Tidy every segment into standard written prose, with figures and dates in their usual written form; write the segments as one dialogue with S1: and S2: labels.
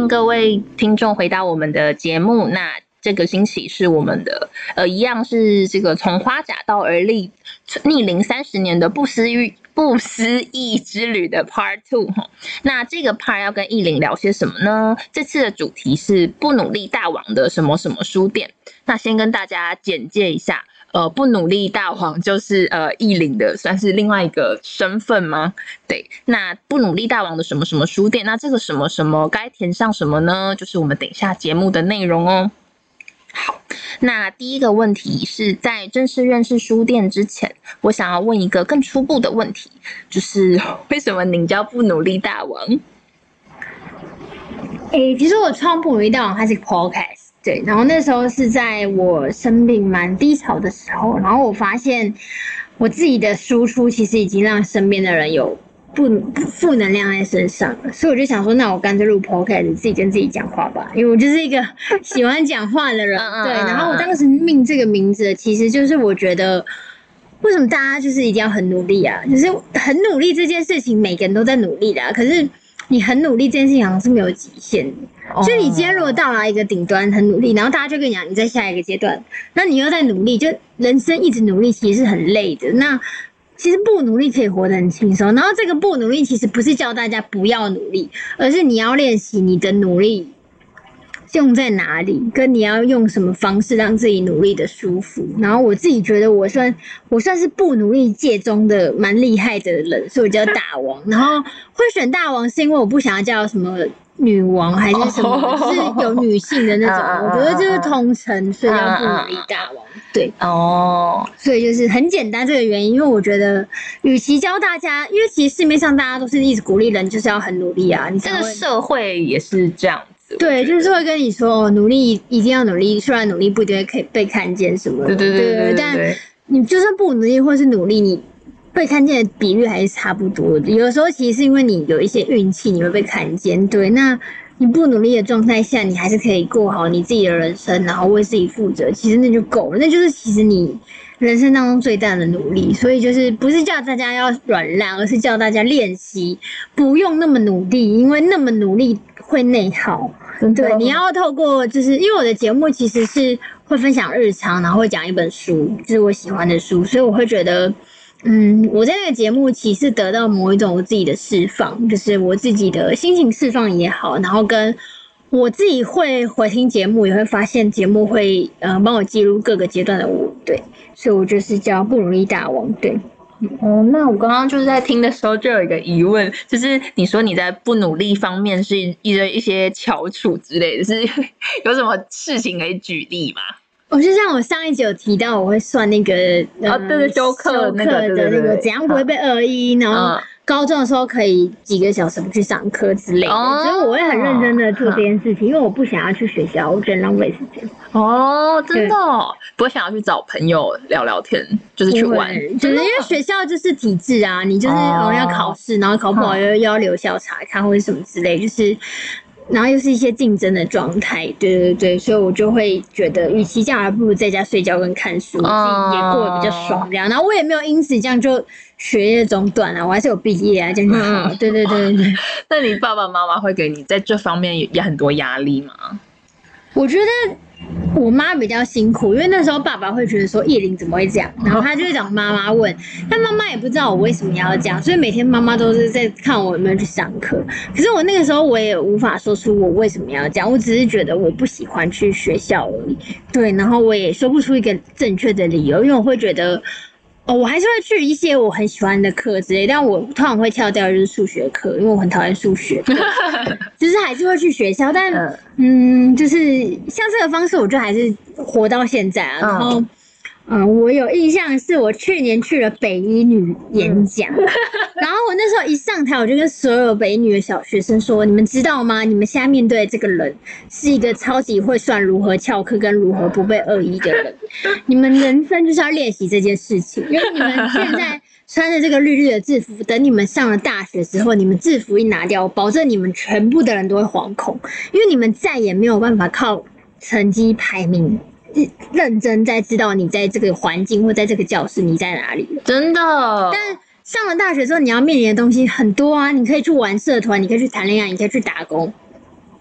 S1: 迎各位听众回到我们的节目。那这个星期是我们的一样是这个从花甲到而立逆龄30年的不思议之旅的 Part 2。 那这个 Part 要跟艺玲聊些什么呢？这次的主题是不努力大王的什么什么书店。那先跟大家简介一下，不努力大王就是艺玲的算是另外一个身份吗？对，那不努力大王的什么什么书店，那这个什么什么该填上什么呢？就是我们等一下节目的内容哦。好，那第一个问题是在正式认识书店之前，我想要问一个更初步的问题，就是为什么您叫不努力大王？
S2: 其实我创不努力大王它是一个 podcast， 对，然后那时候是在我生病蛮低潮的时候，然后我发现我自己的输出其实已经让身边的人有负能量在身上了，所以我就想说，那我干脆录 podcast 自己跟自己讲话吧，因为我就是一个喜欢讲话的人，对。然后我当时命这个名字，其实就是我觉得，为什么大家就是一定要很努力啊？就是很努力这件事情，每个人都在努力的啊，可是你很努力这件事情好像是没有极限的。就你今天如果到达一个顶端很努力，然后大家就跟你讲你在下一个阶段，那你又在努力，就人生一直努力其实是很累的。那其实不努力可以活得很轻松，然后这个不努力其实不是叫大家不要努力，而是你要练习你的努力用在哪里，跟你要用什么方式让自己努力的舒服。然后我自己觉得我算是不努力界中的蛮厉害的人，所以我叫大王。然后会选大王是因为我不想要叫什么女王还是什么，就是有女性的那种，我觉得就是通称，所以叫不努力大王。对，所以就是很简单这个原因，因为我觉得，与其教大家，因为其实市面上大家都是一直鼓励人就是要很努力啊，你
S1: 这个社会也是这样子。
S2: 对，就是会跟你说，努力一定要努力，虽然努力不一定可以被看见什么的，对，但你就算不努力或是努力，你被看见的比率还是差不多的。有的时候其实是因为你有一些运气，你会被看见。对，那你不努力的状态下，你还是可以过好你自己的人生，然后为自己负责，其实那就够了。那就是其实你人生当中最大的努力。所以就是不是叫大家要软烂，而是叫大家练习不用那么努力，因为那么努力会内耗。对，你要透过就是因为我的节目其实是会分享日常，然后会讲一本书，就是我喜欢的书，所以我会觉得我在那个节目其实得到某一种我自己的释放，就是我自己的心情释放也好，然后跟我自己会回听节目，也会发现节目会帮我记录各个阶段的我，对，所以我就是叫不努力大王，对。
S1: 那我刚刚就是在听的时候就有一个疑问，就是你说你在不努力方面是一些翘楚之类的，是有什么事情可以举例吗？
S2: 就像我上一集有提到，我会算那个
S1: 对休课的那个
S2: 怎样不会被恶意，然后高中的时候可以几个小时不去上课之类的，所以我会很认真的做这件事情，因为我不想要去学校，我觉得浪费时间。
S1: 真的不会想要去找朋友聊聊天，就是去玩，
S2: 就是因为学校就是体制啊，你就是要考试，然后考不好又要留校查看或者什么之类，就是然后又是一些竞争的状态，对，所以我就会觉得，与其这样，还不如在家睡觉跟看书，自己也过得比较爽这样。然后我也没有因此这样就学业中断了，我还是有毕业啊，这样就好。对。
S1: 那你爸爸妈妈会给你在这方面也很多压力吗？
S2: 我觉得我妈比较辛苦，因为那时候爸爸会觉得说叶玲怎么会这样，然后他就会找妈妈问，但妈妈也不知道我为什么要这样，所以每天妈妈都是在看我有没有去上课。可是我那个时候我也无法说出我为什么要这样，我只是觉得我不喜欢去学校而已。对，然后我也说不出一个正确的理由，因为我会觉得我还是会去一些我很喜欢的课之类，但我通常会跳掉就是数学课，因为我很讨厌数学，就是还是会去学校，但就是像这个方式，我就还是活到现在啊。然后我有印象是我去年去了北一女演讲，然后我那时候一上台，我就跟所有北一女的小学生说：“你们知道吗？你们现在面对的这个人是一个超级会算如何翘课跟如何不被恶意的人，你们人生就是要练习这件事情，因为你们现在穿着这个绿绿的制服，等你们上了大学之后，你们制服一拿掉，我保证你们全部的人都会惶恐，因为你们再也没有办法靠成绩排名。”认真在知道你在这个环境或在这个教室你在哪里了，
S1: 真的。
S2: 但上了大学之后，你要面临的东西很多啊，你可以去玩社团，你可以去谈恋爱，你可以去打工，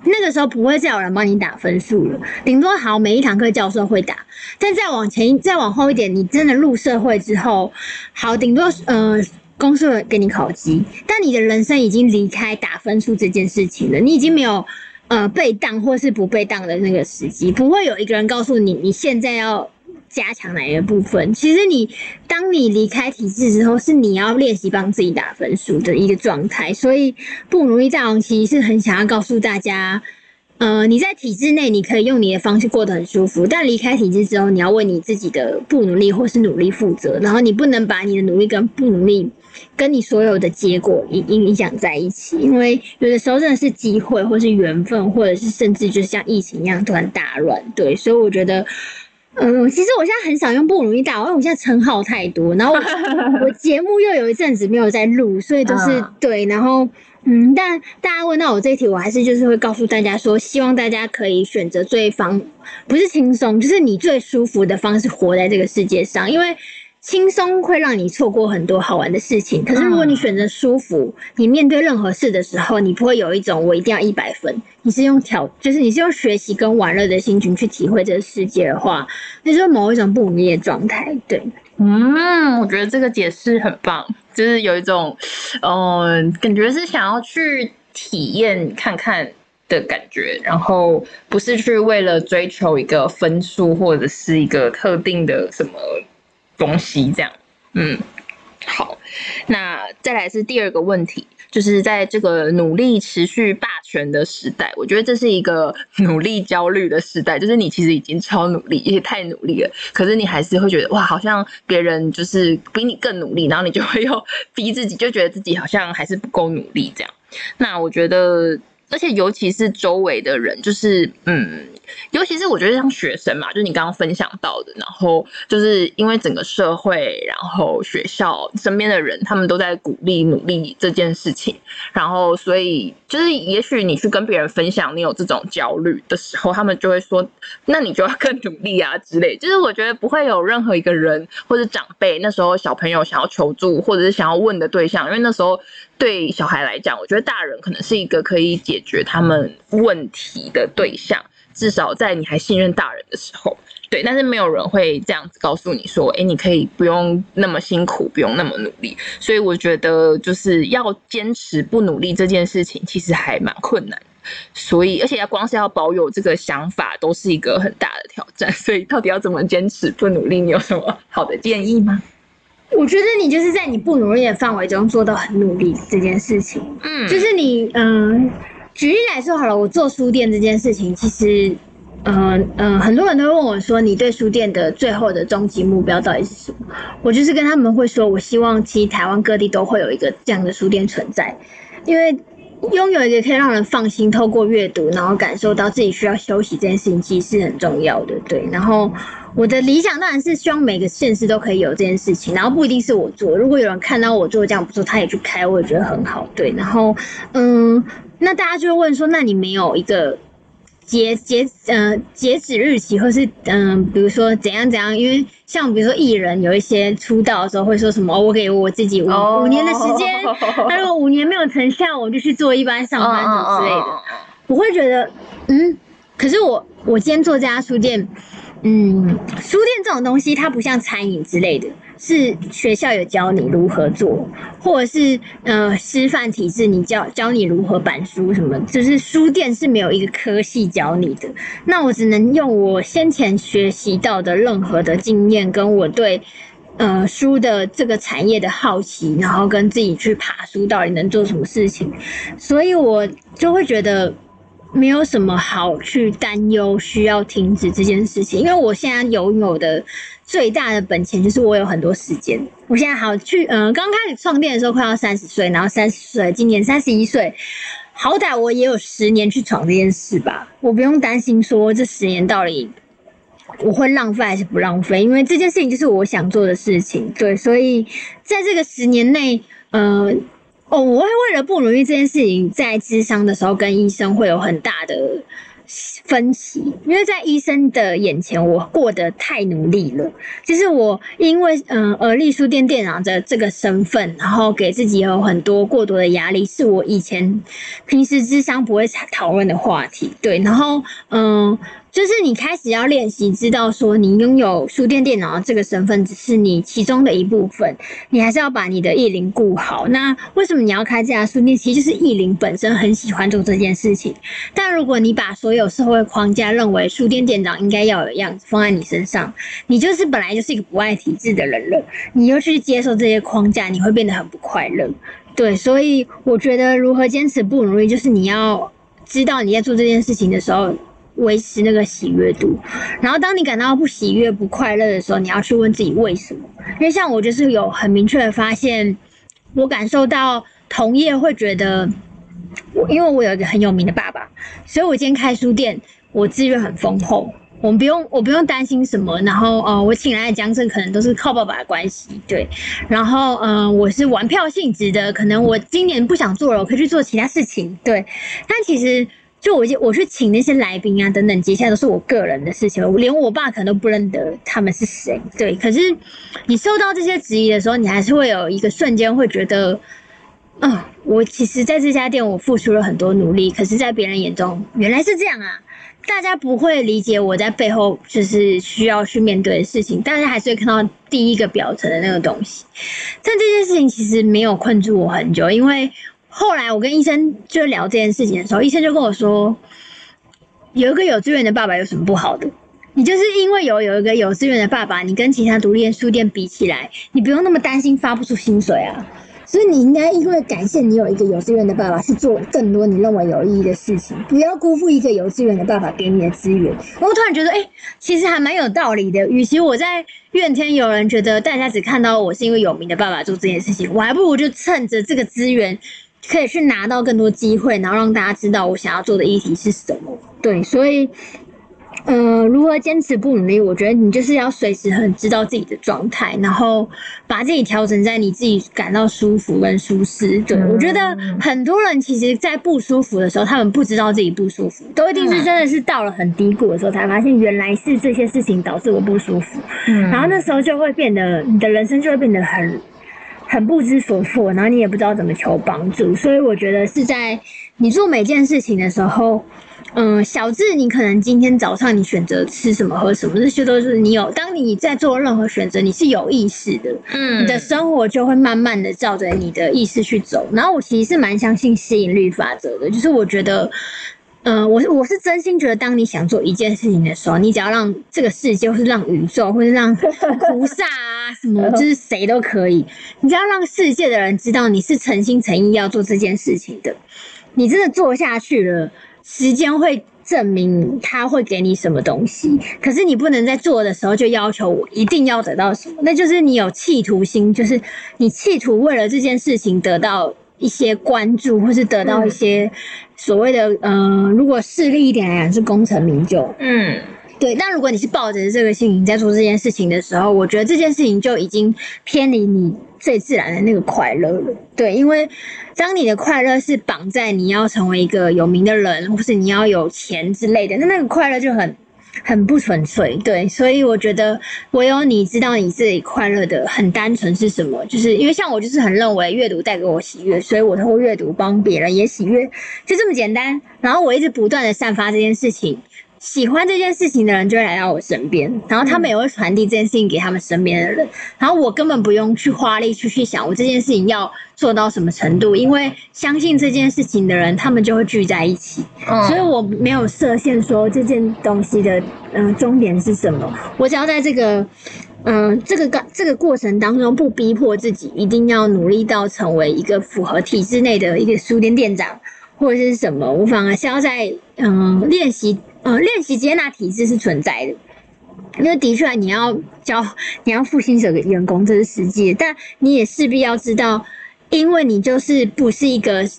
S2: 那个时候不会再有人帮你打分数了，顶多好每一堂课教授会打，但再往后一点，你真的入社会之后，好顶多公司会给你考绩，但你的人生已经离开打分数这件事情了，你已经没有被当或是不被当的那个时机，不会有一个人告诉你你现在要加强哪一个部分。其实当你离开体制之后，是你要练习帮自己打分数的一个状态。所以不努力大王其实是很想要告诉大家，你在体制内你可以用你的方式过得很舒服，但离开体制之后，你要为你自己的不努力或是努力负责，然后你不能把你的努力跟不努力跟你所有的结果影响在一起，因为有的时候真的是机会或是缘分，或者是甚至就是像疫情一样突然大乱。对，所以我觉得其实我现在很少用不努力大王，因为我现在称号太多，然后我节目又有一阵子没有在录，所以都是对，然后但大家问到我这一题，我还是就是会告诉大家说，希望大家可以选择不是轻松，就是你最舒服的方式活在这个世界上，因为轻松会让你错过很多好玩的事情，可是如果你选择舒服，你面对任何事的时候，你不会有一种我一定要100分，你是用学习跟玩乐的心情去体会这个世界的话，那就是某一种不努力的状态。对，
S1: 我觉得这个解释很棒，就是有一种感觉是想要去体验看看的感觉，然后不是去为了追求一个分数或者是一个特定的什么东西这样。好，那再来是第二个问题，就是在这个努力持续霸权的时代，我觉得这是一个努力焦虑的时代，就是你其实已经超努力，也太努力了，可是你还是会觉得哇，好像别人就是比你更努力，然后你就会又逼自己，就觉得自己好像还是不够努力这样。那我觉得而且尤其是周围的人，就是尤其是我觉得像学生嘛，就是你刚刚分享到的，然后就是因为整个社会，然后学校身边的人，他们都在鼓励努力这件事情，然后所以就是也许你去跟别人分享你有这种焦虑的时候，他们就会说，那你就要更努力啊之类。就是我觉得不会有任何一个人或者长辈，那时候小朋友想要求助或者是想要问的对象，因为那时候对小孩来讲，我觉得大人可能是一个可以解决他们问题的对象，至少在你还信任大人的时候，对，但是没有人会这样子告诉你说，你可以不用那么辛苦，不用那么努力。所以我觉得就是要坚持不努力这件事情，其实还蛮困难。所以，而且光是要保有这个想法，都是一个很大的挑战。所以，到底要怎么坚持不努力？你有什么好的建议吗？
S2: 我觉得你就是在你不努力的范围中做到很努力这件事情。就是你举例来说好了，我做书店这件事情，其实很多人都会问我说，你对书店的最后的终极目标到底是什么？我就是跟他们会说，我希望其实台湾各地都会有一个这样的书店存在，因为拥有一个可以让人放心透过阅读然后感受到自己需要休息这件事情，其实是很重要的。对，然后我的理想当然是希望每个县市都可以有这件事情，然后不一定是我做，如果有人看到我做这样不错，他也去开，我也觉得很好。对，然后那大家就会问说，那你没有一个截止日期，或是比如说怎样怎样？因为像比如说艺人有一些出道的时候会说什么，我给我自己五年的时间，那如果5年没有成效，我就去做一般上班什么之类的。我会觉得可是我今天做这家书店，书店这种东西它不像餐饮之类的，是学校有教你如何做，或者是师范体制你教你如何板书什么，就是书店是没有一个科系教你的。那我只能用我先前学习到的任何的经验，跟我对书的这个产业的好奇，然后跟自己去爬书到底能做什么事情，所以我就会觉得没有什么好去担忧需要停止这件事情，因为我现在拥有的最大的本钱就是我有很多时间。我现在好去刚开始创店的时候快要30岁，然后30岁，今年31岁，好歹我也有10年去闯这件事吧，我不用担心说这10年到底我会浪费还是不浪费，因为这件事情就是我想做的事情。对，所以在这个10年内我会为了不努力这件事情，在諮商的时候跟医生会有很大的分歧，因为在医生的眼前，我过得太努力了。就是我因为而立书店店长的这个身份，然后给自己有很多过多的压力，是我以前平时諮商不会讨论的话题。对，然后就是你开始要练习，知道说你拥有书店店长的这个身份只是你其中的一部分，你还是要把你的艺龄顾好。那为什么你要开这家书店？其实就是艺龄本身很喜欢做这件事情。但如果你把所有社会框架认为书店店长应该要有的样子放在你身上，你就是本来就是一个不爱体制的人了，你又去接受这些框架，你会变得很不快乐。对，所以我觉得如何坚持不努力，就是你要知道你在做这件事情的时候维持那个喜悦度，然后当你感到不喜悦、不快乐的时候，你要去问自己为什么。因为像我就是有很明确的发现，我感受到同业会觉得因为我有一个很有名的爸爸，所以我今天开书店，我资源很丰厚，我不用担心什么。然后我请来的讲者可能都是靠爸爸的关系，对。然后我是玩票性质的，可能我今年不想做了，我可以去做其他事情，对。但其实就我去请那些来宾啊等等，接下来都是我个人的事情，连我爸可能都不认得他们是谁，对。可是你受到这些质疑的时候，你还是会有一个瞬间会觉得，我其实在这家店我付出了很多努力，可是在别人眼中原来是这样啊。大家不会理解我在背后就是需要去面对的事情，大家还是会看到第一个表层的那个东西。但这件事情其实没有困住我很久，因为后来我跟医生就聊这件事情的时候，医生就跟我说，有一个有资源的爸爸有什么不好的？你就是因为有一个有资源的爸爸，你跟其他独立书店比起来，你不用那么担心发不出薪水啊。所以你应该因为感谢你有一个有资源的爸爸，去做更多你认为有意义的事情，不要辜负一个有资源的爸爸给你的资源。然后突然觉得，其实还蛮有道理的。与其我在怨天尤人，觉得大家只看到我是因为有名的爸爸做这件事情，我还不如就趁着这个资源，可以去拿到更多机会，然后让大家知道我想要做的议题是什么。对，所以如何坚持不努力，我觉得你就是要随时很知道自己的状态，然后把自己调整在你自己感到舒服跟舒适。对，我觉得很多人其实在不舒服的时候，他们不知道自己不舒服，都一定是真的是到了很低谷的时候才发现原来是这些事情导致我不舒服。然后那时候就会变得，你的人生就会变得很不知所措，然后你也不知道怎么求帮助。所以我觉得是在你做每件事情的时候，小至你可能今天早上你选择吃什么喝什么，这些都是当你在做任何选择，你是有意识的，你的生活就会慢慢的照着你的意识去走。然后我其实是蛮相信吸引力法则的，就是我觉得我是真心觉得，当你想做一件事情的时候，你只要让这个世界，或是让宇宙，或是让菩萨啊什么，就是谁都可以，你只要让世界的人知道你是诚心诚意要做这件事情的，你真的做下去了，时间会证明他会给你什么东西。可是你不能在做的时候就要求我一定要得到什么，那就是你有企图心，就是你企图为了这件事情得到一些关注，或是得到一些所谓的如果势利一点来讲是功成名就。对。但如果你是抱着这个心情在做这件事情的时候，我觉得这件事情就已经偏离你最自然的那个快乐了。对，因为当你的快乐是绑在你要成为一个有名的人，或是你要有钱之类的，那个快乐就很不纯粹。对，所以我觉得唯有你知道你自己快乐的很单纯是什么，就是因为像我就是很认为阅读带给我喜悦，所以我透过阅读帮别人也喜悦，就这么简单。然后我一直不断的散发这件事情，喜欢这件事情的人就会来到我身边，然后他们也会传递这件事情给他们身边的人，然后我根本不用去花力去想我这件事情要做到什么程度，因为相信这件事情的人他们就会聚在一起。所以我没有设限说这件东西的终点是什么，我只要在这个过程当中不逼迫自己一定要努力到成为一个符合体制内的一个书店店长或者是什么，我反而是要在练习接纳体制是存在的。因为的确你要付薪水给员工，这是实际的，但你也势必要知道，因为你就是不是一个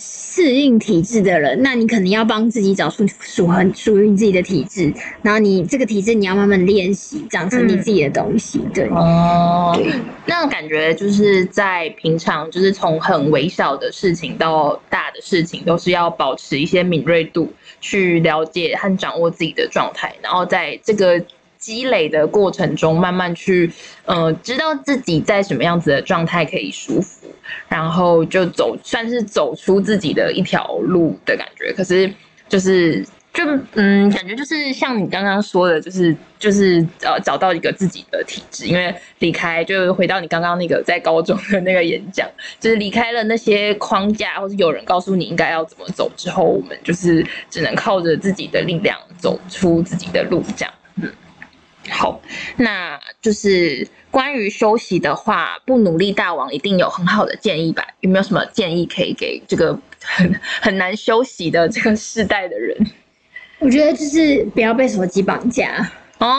S2: 适应体质的人，那你可能要帮自己找出属于你自己的体质，然后你这个体质你要慢慢练习，长成你自己的东西。对
S1: 哦，那种感觉就是在平常，就是从很微小的事情到大的事情，都是要保持一些敏锐度，去了解和掌握自己的状态，然后在这个积累的过程中，慢慢去知道自己在什么样子的状态可以舒服，然后就算是走出自己的一条路的感觉。可是感觉就是像你刚刚说的，就是找到一个自己的体质，因为离开，就是回到你刚刚那个在高中的那个演讲，就是离开了那些框架，或是有人告诉你应该要怎么走之后，我们就是只能靠着自己的力量走出自己的路，这样。好，那就是关于休息的话，不努力大王一定有很好的建议吧？有没有什么建议可以给这个很难休息的这个世代的人？
S2: 我觉得就是不要被手机绑架
S1: 哦。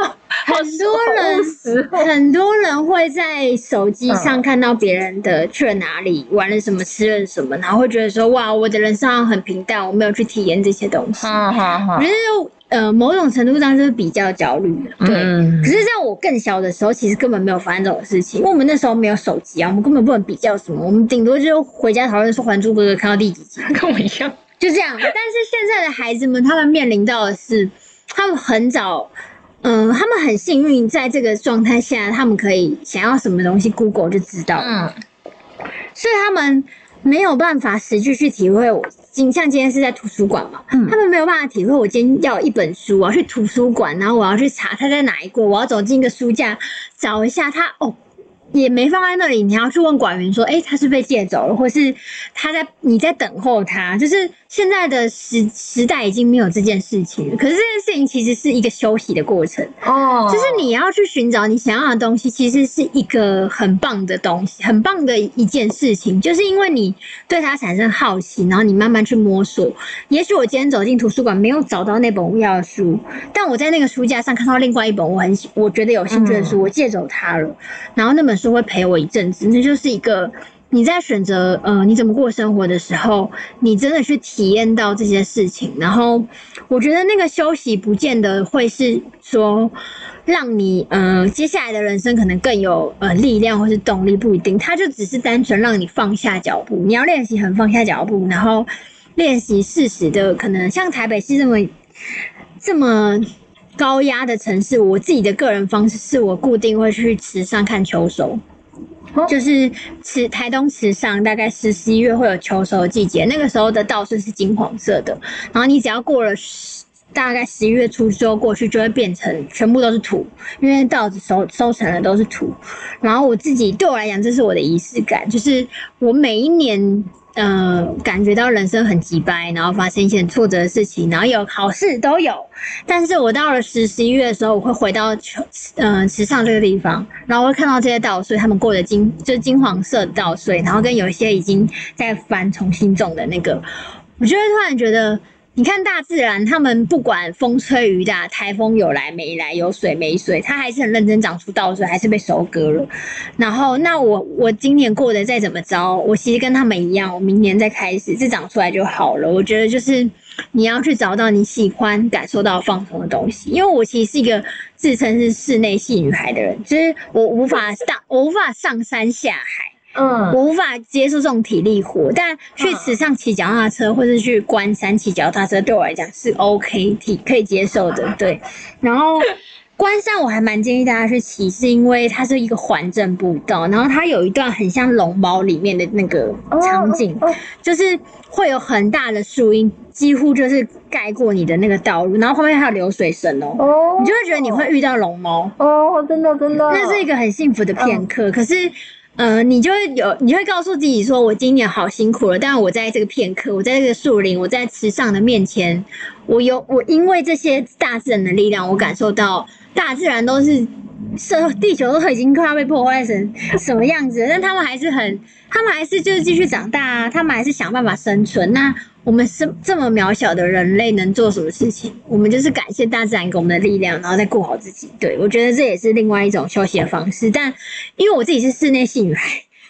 S2: 很多人会在手机上看到别人的去了哪里，玩了什么，吃了什么，然后会觉得说哇，我的人生很平淡，我没有去体验这些东西。我觉得某种程度上就是比较焦虑的，对。可是在我更小的时候，其实根本没有发生这种事情，因为我们那时候没有手机啊，我们根本不能比较什么，我们顶多就回家讨论说《还珠格格》看到第几集，
S1: 跟我一样，
S2: 就这样。但是现在的孩子们，他们面临到的是，他们很早。他们很幸运，在这个状态下，他们可以想要什么东西 ，Google 就知道。所以他们没有办法实际去体会像今天是在图书馆嘛，他们没有办法体会我今天要一本书，我要去图书馆，然后我要去查它在哪一柜，我要走进一个书架找一下它也没放在那里，你还要去问馆员说，他是被借走了，或是你在等候他。就是现在的时代已经没有这件事情了，可是这件事情其实是一个休息的过程就是你要去寻找你想要的东西，其实是一个很棒的东西，很棒的一件事情，就是因为你对它产生好奇，然后你慢慢去摸索。也许我今天走进图书馆没有找到那本我要的书，但我在那个书架上看到另外一本我觉得有兴趣的书，我借走它了，然后那本书会陪我一阵子。那就是一个你在选择你怎么过生活的时候，你真的去体验到这些事情。然后我觉得那个休息不见得会是说让你接下来的人生可能更有力量或是动力，不一定，它就只是单纯让你放下脚步。你要练习很放下脚步，然后练习适时的，可能像台北市这么高压的城市，我自己的个人方式是我固定会去池上看秋收。就是台东池上大概10、11月会有秋收的季节，那个时候的稻穗是金黄色的，然后你只要过了大概11月初之后过去，就会变成全部都是土，因为稻子收成了都是土。然后对我来讲，这是我的仪式感，就是我每一年感觉到人生很急掰，然后发生一些很挫折的事情，然后有好事都有，但是我到了10、11月的时候，我会回到池上这个地方，然后我会看到这些稻穗，他们过的就是金黄色的稻穗，然后跟有一些已经在重新种的那个，我就会突然觉得，你看大自然，他们不管风吹雨打，台风有来没来，有水没水，它还是很认真长出稻穗，还是被收割了。然后，那我今年过得再怎么着，我其实跟他们一样，我明年再开始，这长出来就好了。我觉得就是你要去找到你喜欢、感受到放松的东西。因为我其实是一个自称是室内系女孩的人，就是我无法上山下海。我无法接受这种体力活，但去池上骑脚踏车，或是去关山骑脚踏车，对我来讲是 OK 可以接受的。对，然后关山我还蛮建议大家去骑，是因为它是一个环镇步道，然后它有一段很像龙猫里面的那个场景，就是会有很大的树荫，几乎就是盖过你的那个道路，然后后面还有流水声你就会觉得你会遇到龙猫
S1: 真的，
S2: 那是一个很幸福的片刻。可是你会告诉自己说，我今年好辛苦了，但我在这个片刻，我在这个树林，我在池上的面前，我因为这些大自然的力量，我感受到大自然都是地球都已经快要被破坏成什么样子了，但他们还是就是继续长大啊，他们还是想办法生存。那我们是这么渺小的人类能做什么事情？我们就是感谢大自然给我们的力量，然后再过好自己。对，我觉得这也是另外一种休息的方式。但因为我自己是室内系女孩，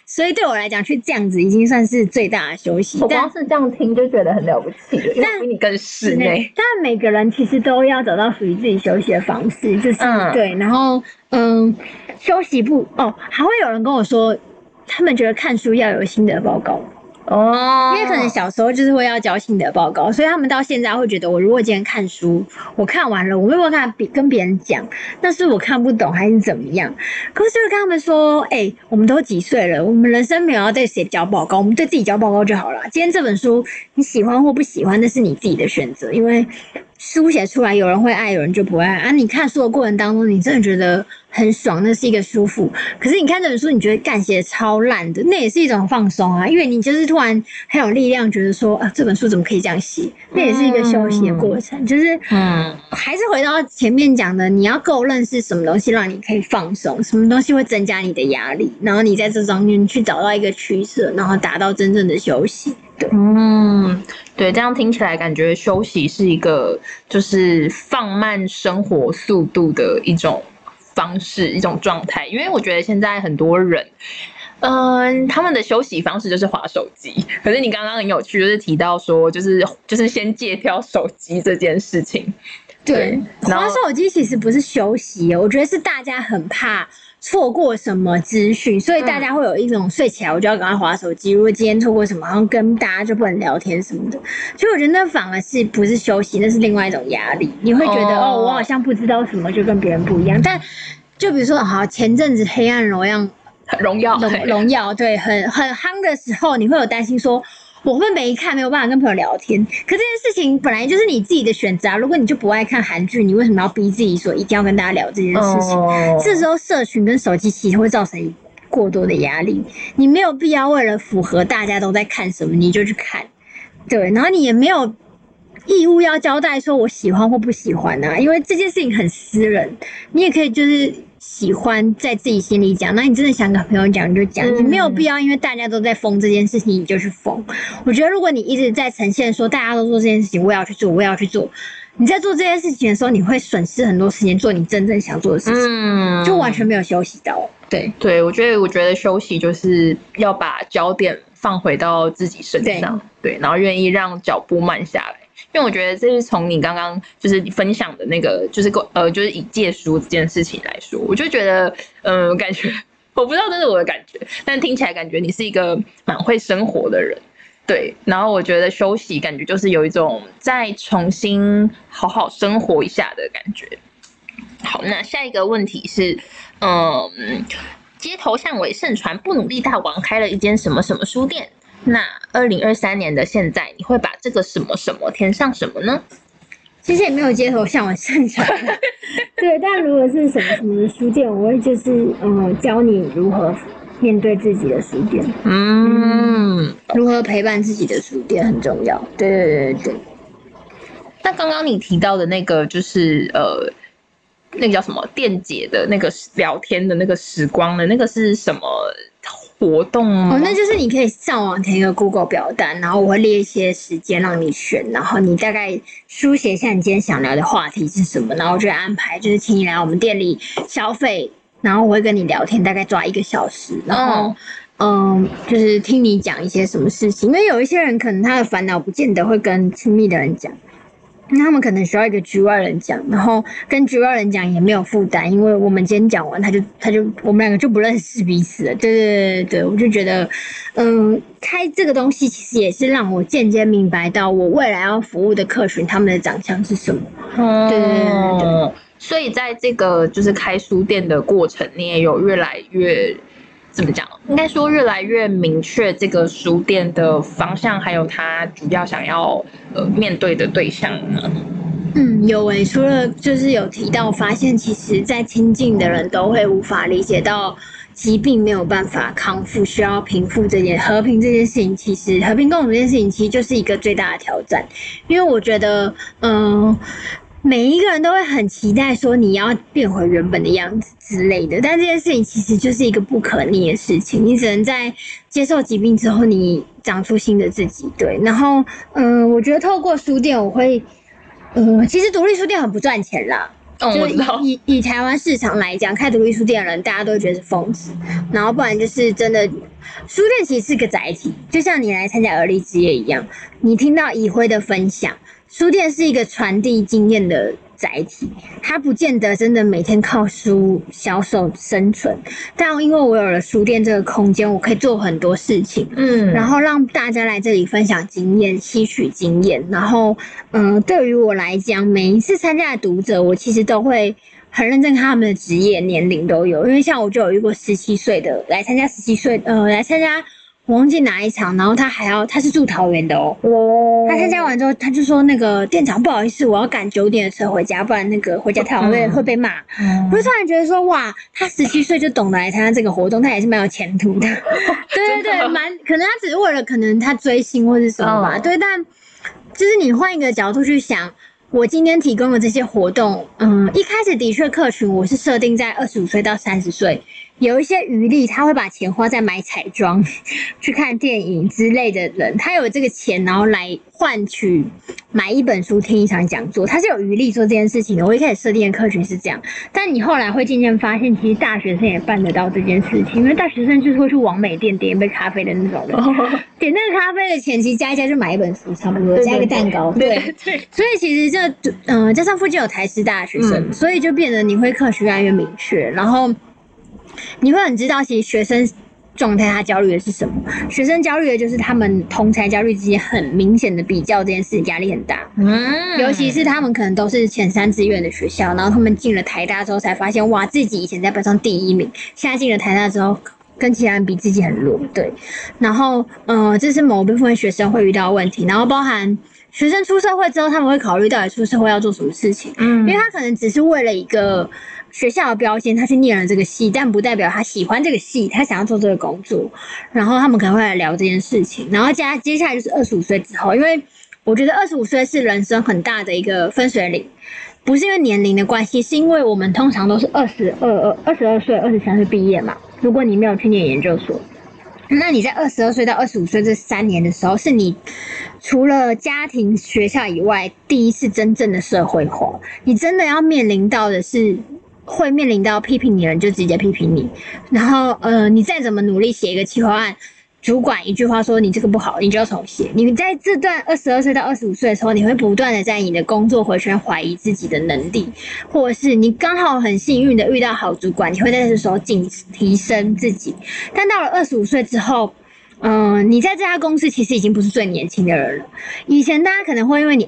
S2: 所以对我来讲，去这样子已经算是最大的休息。
S1: 我光是这样听就觉得很了不起了，因为比你更室内。
S2: 但每个人其实都要找到属于自己休息的方式，就是、对。然后休息不还会有人跟我说，他们觉得看书要有心得报告。因为可能小时候就是会要交心得报告，所以他们到现在会觉得，我如果今天看书，我看完了，我没有办法跟别人讲，那是我看不懂还是怎么样？可是就会跟他们说，我们都几岁了，我们人生没有要对谁交报告，我们对自己交报告就好了。今天这本书你喜欢或不喜欢，那是你自己的选择，因为书写出来，有人会爱，有人就不会爱啊。你看书的过程当中，你真的觉得很爽，那是一个舒服。可是你看这本书，你觉得干写超烂的，那也是一种放松啊，因为你就是突然很有力量，觉得说这本书怎么可以这样写，那也是一个休息的过程。就是还是回到前面讲的，你要够认识什么东西让你可以放松，什么东西会增加你的压力，然后你在这中间去找到一个取舍，然后达到真正的休息。对，
S1: 对，这样听起来感觉休息是一个就是放慢生活速度的一种方式，一种状态。因为我觉得现在很多人，他们的休息方式就是滑手机。可是你刚刚很有趣，就是提到说，就是先戒掉手机这件事情。
S2: 对，滑手机其实不是休息，我觉得是大家很怕错过什么资讯，所以大家会有一种睡起来我就要赶快滑手机，如果今天错过什么，好像跟大家就不能聊天什么的。所以我觉得那反而是不是休息，那是另外一种压力。你会觉得我好像不知道什么，就跟别人不一样。但就比如说，前阵子《黑暗荣耀》对，很夯的时候，你会有担心说，我会不会没看，没有办法跟朋友聊天？可这件事情本来就是你自己的选择啊。如果你就不爱看韩剧，你为什么要逼自己说一定要跟大家聊这件事情？这时候社群跟手机其实会造成过多的压力，你没有必要为了符合大家都在看什么你就去看，对，然后你也没有义务要交代说我喜欢或不喜欢啊，因为这件事情很私人，你也可以就是喜欢在自己心里讲，那你真的想跟朋友讲你就讲，你没有必要因为大家都在疯这件事情你就去疯。我觉得如果你一直在呈现说大家都做这件事情，我也要去做，我也要去做，你在做这件事情的时候，你会损失很多时间做你真正想做的事情，就完全没有休息到。
S1: 对，我觉得休息就是要把焦点放回到自己身上，对，然后愿意让脚步慢下来。因为我觉得这是从你刚刚就是分享的那个，就是以戒书这件事情来说，我就觉得，感觉我不知道这是我的感觉，但听起来感觉你是一个蛮会生活的人，对。然后我觉得休息感觉就是有一种再重新好好生活一下的感觉。好，那下一个问题是，街头巷尾盛传不努力大王开了一间什么什么书店。那2023年的现在，你会把这个什么什么填上什么呢？
S2: 其实也没有街头巷尾盛传，对。但如果是什么什么的书店，我会就是教你如何面对自己的书店，如何陪伴自己的书店很重要。对。
S1: 那刚刚你提到的那个就是那个叫什么店姐的那个聊天的那个时光的那个是什么活动吗？
S2: 那就是你可以上网填一个 Google 表单，然后我会列一些时间让你选，然后你大概书写一下你今天想聊的话题是什么，然后我就安排就是请你来我们店里消费，然后我会跟你聊天，大概抓1个小时，然后就是听你讲一些什么事情，因为有一些人可能他的烦恼不见得会跟亲密的人讲。那他们可能需要一个局外人讲，然后跟局外人讲也没有负担，因为我们今天讲完，他就我们两个就不认识彼此了。对，我就觉得，开这个东西其实也是让我渐渐明白到我未来要服务的客群他们的长相是什么。对。
S1: 所以在这个就是开书店的过程，你也有越来越。怎么讲？应该说越来越明确这个书店的方向，还有它主要想要面对的对象呢？
S2: 有除了就是有提到，发现其实在亲近的人都会无法理解到疾病没有办法康复，需要平复和平这件事情，其实和平共处这件事情其实就是一个最大的挑战，因为我觉得每一个人都会很期待说你要变回原本的样子之类的，但这件事情其实就是一个不可逆的事情，你只能在接受疾病之后你长出新的自己。对，然后我觉得透过书店我会其实独立书店很不赚钱啦， 就是以台湾市场来讲，开独立书店的人，大家都觉得是疯子。然后不然就是真的，书店其实是个载体，就像你来参加而立之夜一样，你听到以辉的分享，书店是一个传递经验的载体，它不见得真的每天靠书销售生存，但因为我有了书店这个空间，我可以做很多事情，然后让大家来这里分享经验、吸取经验，然后，对于我来讲，每一次参加的读者，我其实都会很认真看他们的职业、年龄都有，因为像我就有遇过17岁的来参加来参加。我忘记哪一场，然后他是住桃园的哦。他参加完之后，他就说那个店长不好意思，我要赶9点的车回家，不然那个回家太晚会被骂。我就突然觉得说，哇，他17岁就懂得来参加这个活动，他也是蛮有前途的。对，可能他只是为了可能他追星或是什么吧。对，但就是你换一个角度去想。我今天提供的这些活动，一开始的确客群我是设定在25岁到30岁，有一些余力，他会把钱花在买彩妆、去看电影之类的人，他有这个钱，然后来换取买一本书、听一场讲座，他是有余力做这件事情的。我一开始设定的客群是这样，但你后来会渐渐发现，其实大学生也办得到这件事情，因为大学生就是会去网美店点一杯咖啡的那种人，点那个咖啡的钱，其实加一加就买一本书，差不多加一个蛋糕，对。所以其实加上附近有台师大学生，所以就变得你会客群越来越明确，然后你会很知道其实学生状态他焦虑的是什么。学生焦虑的就是他们同侪焦虑之间很明显的比较，这件事压力很大。尤其是他们可能都是前3志愿的学校，然后他们进了台大之后才发现，哇，自己以前在班上第1名，现在进了台大之后跟其他人比自己很弱，对。然后这是某部分学生会遇到的问题，然后包含学生出社会之后，他们会考虑到底出社会要做什么事情，因为他可能只是为了一个学校的标签，他去念了这个系，但不代表他喜欢这个系，他想要做这个工作。然后他们可能会来聊这件事情，然后接下来就是25岁之后，因为我觉得25岁是人生很大的一个分水岭，不是因为年龄的关系，是因为我们通常都是22岁、23岁毕业嘛。如果你没有去念研究所，那你在22岁到25岁这3年的时候，是你除了家庭、学校以外，第一次真正的社会化。你真的要面临到的是，会面临到批评你的人就直接批评你，然后你再怎么努力写一个企划案，主管一句话说你这个不好，你就要重写。你在这段22岁到25岁的时候，你会不断的在你的工作回圈怀疑自己的能力，或者是你刚好很幸运的遇到好主管，你会在这时候提升自己。但到了25岁之后，你在这家公司其实已经不是最年轻的人了。以前大家可能会因为你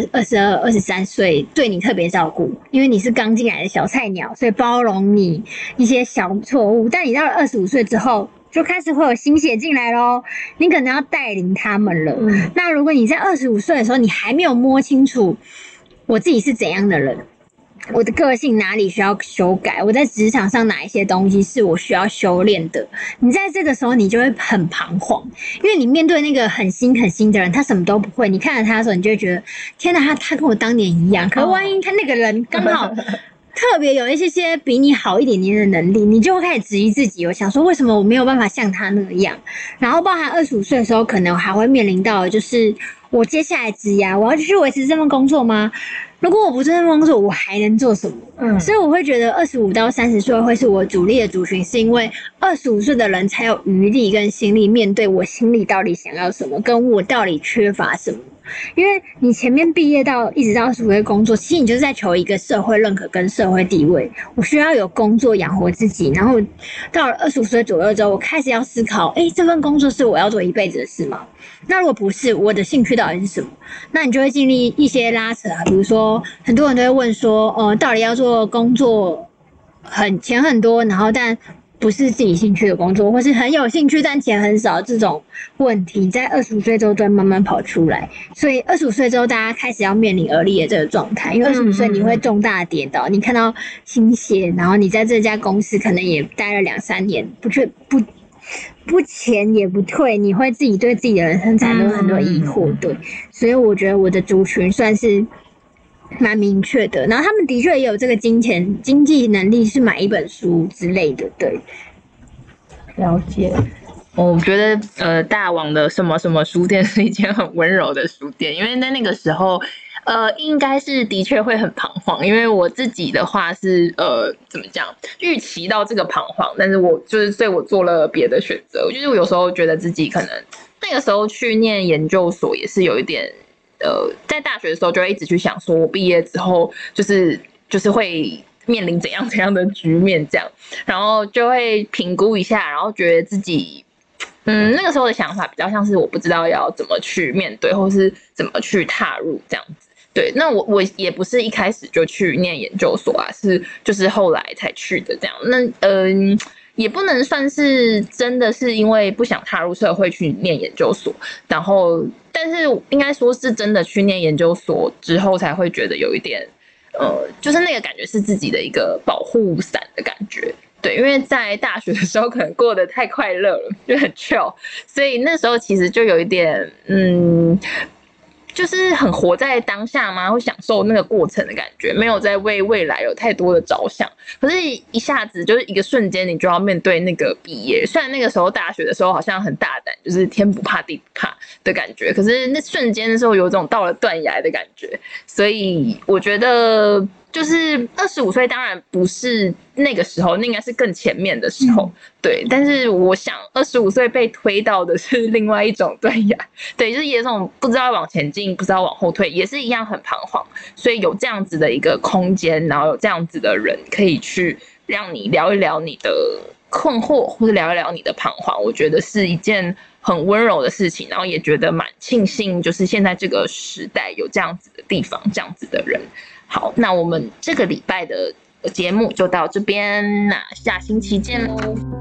S2: 22、23岁对你特别照顾，因为你是刚进来的小菜鸟，所以包容你一些小错误。但你到了25岁之后，就开始会有新血进来咯，你可能要带领他们了。那如果你在25岁的时候，你还没有摸清楚我自己是怎样的人，我的个性哪里需要修改，我在职场上哪一些东西是我需要修炼的，你在这个时候你就会很彷徨，因为你面对那个很新的人，他什么都不会，你看着他的时候，你就会觉得天哪，他跟我当年一样，可万一他那个人刚好特别有一些比你好一点点的能力，你就会开始质疑自己，我想说为什么我没有办法像他那样。然后包含25岁的时候，可能还会面临到的就是我接下来职涯，我要继续维持这份工作吗？如果我不做这份工作，我还能做什么？所以我会觉得25到30岁会是我主力的族群，是因为25岁的人才有余力跟心力面对我心里到底想要什么，跟我到底缺乏什么。因为你前面毕业到一直到25岁工作，其实你就是在求一个社会认可跟社会地位。我需要有工作养活自己，然后到了25岁左右之后，我开始要思考，这份工作是我要做一辈子的事吗？那如果不是，我的兴趣到底是什么？那你就会经历一些拉扯啊，比如说很多人都会问说，到底要做工作钱很多，然后但不是自己兴趣的工作，或是很有兴趣但钱很少，这种问题在25岁之后都会慢慢跑出来。所以25岁之后，大家开始要面临而立的这个状态，因为25岁你会重大的跌倒，你看到新血，然后你在这家公司可能也待了2-3年，不前也不退，你会自己对自己的人生产生很多疑惑，对。所以我觉得我的族群算是蛮明确的，然后他们的确也有这个经济能力是买一本书之类的，对。
S1: 了解。我觉得大王的什么什么书店是一间很温柔的书店，因为在那个时候应该是的确会很彷徨，因为我自己的话是怎么讲，预期到这个彷徨，但是所以我做了别的选择。就是我有时候觉得自己可能那个时候去念研究所也是有一点在大学的时候就会一直去想说，我毕业之后就是会面临怎样的局面这样，然后就会评估一下，然后觉得自己。那个时候的想法比较像是我不知道要怎么去面对，或是怎么去踏入这样子。对，那我也不是一开始就去念研究所啊，就是后来才去的这样。那也不能算是真的是因为不想踏入社会去念研究所，然后但是应该说是真的去念研究所之后才会觉得有一点就是那个感觉是自己的一个保护伞的感觉。对，因为在大学的时候可能过得太快乐了，就很 chill， 所以那时候其实就有一点就是很活在当下嘛，会享受那个过程的感觉，没有在为未来有太多的着想。可是一下子就是一个瞬间，你就要面对那个毕业。虽然那个时候大学的时候好像很大胆，就是天不怕地不怕的感觉，可是那瞬间的时候有种到了断崖的感觉。所以我觉得就是25岁，当然不是那个时候，那应该是更前面的时候。对，但是我想25岁被推到的是另外一种断崖，对，就是有种不知道往前进，不知道往后退，也是一样很彷徨。所以有这样子的一个空间，然后有这样子的人可以去让你聊一聊你的困惑，或者聊一聊你的彷徨，我觉得是一件很温柔的事情，然后也觉得蛮庆幸，就是现在这个时代有这样子的地方，这样子的人。好，那我们这个礼拜的节目就到这边，那下星期见喽。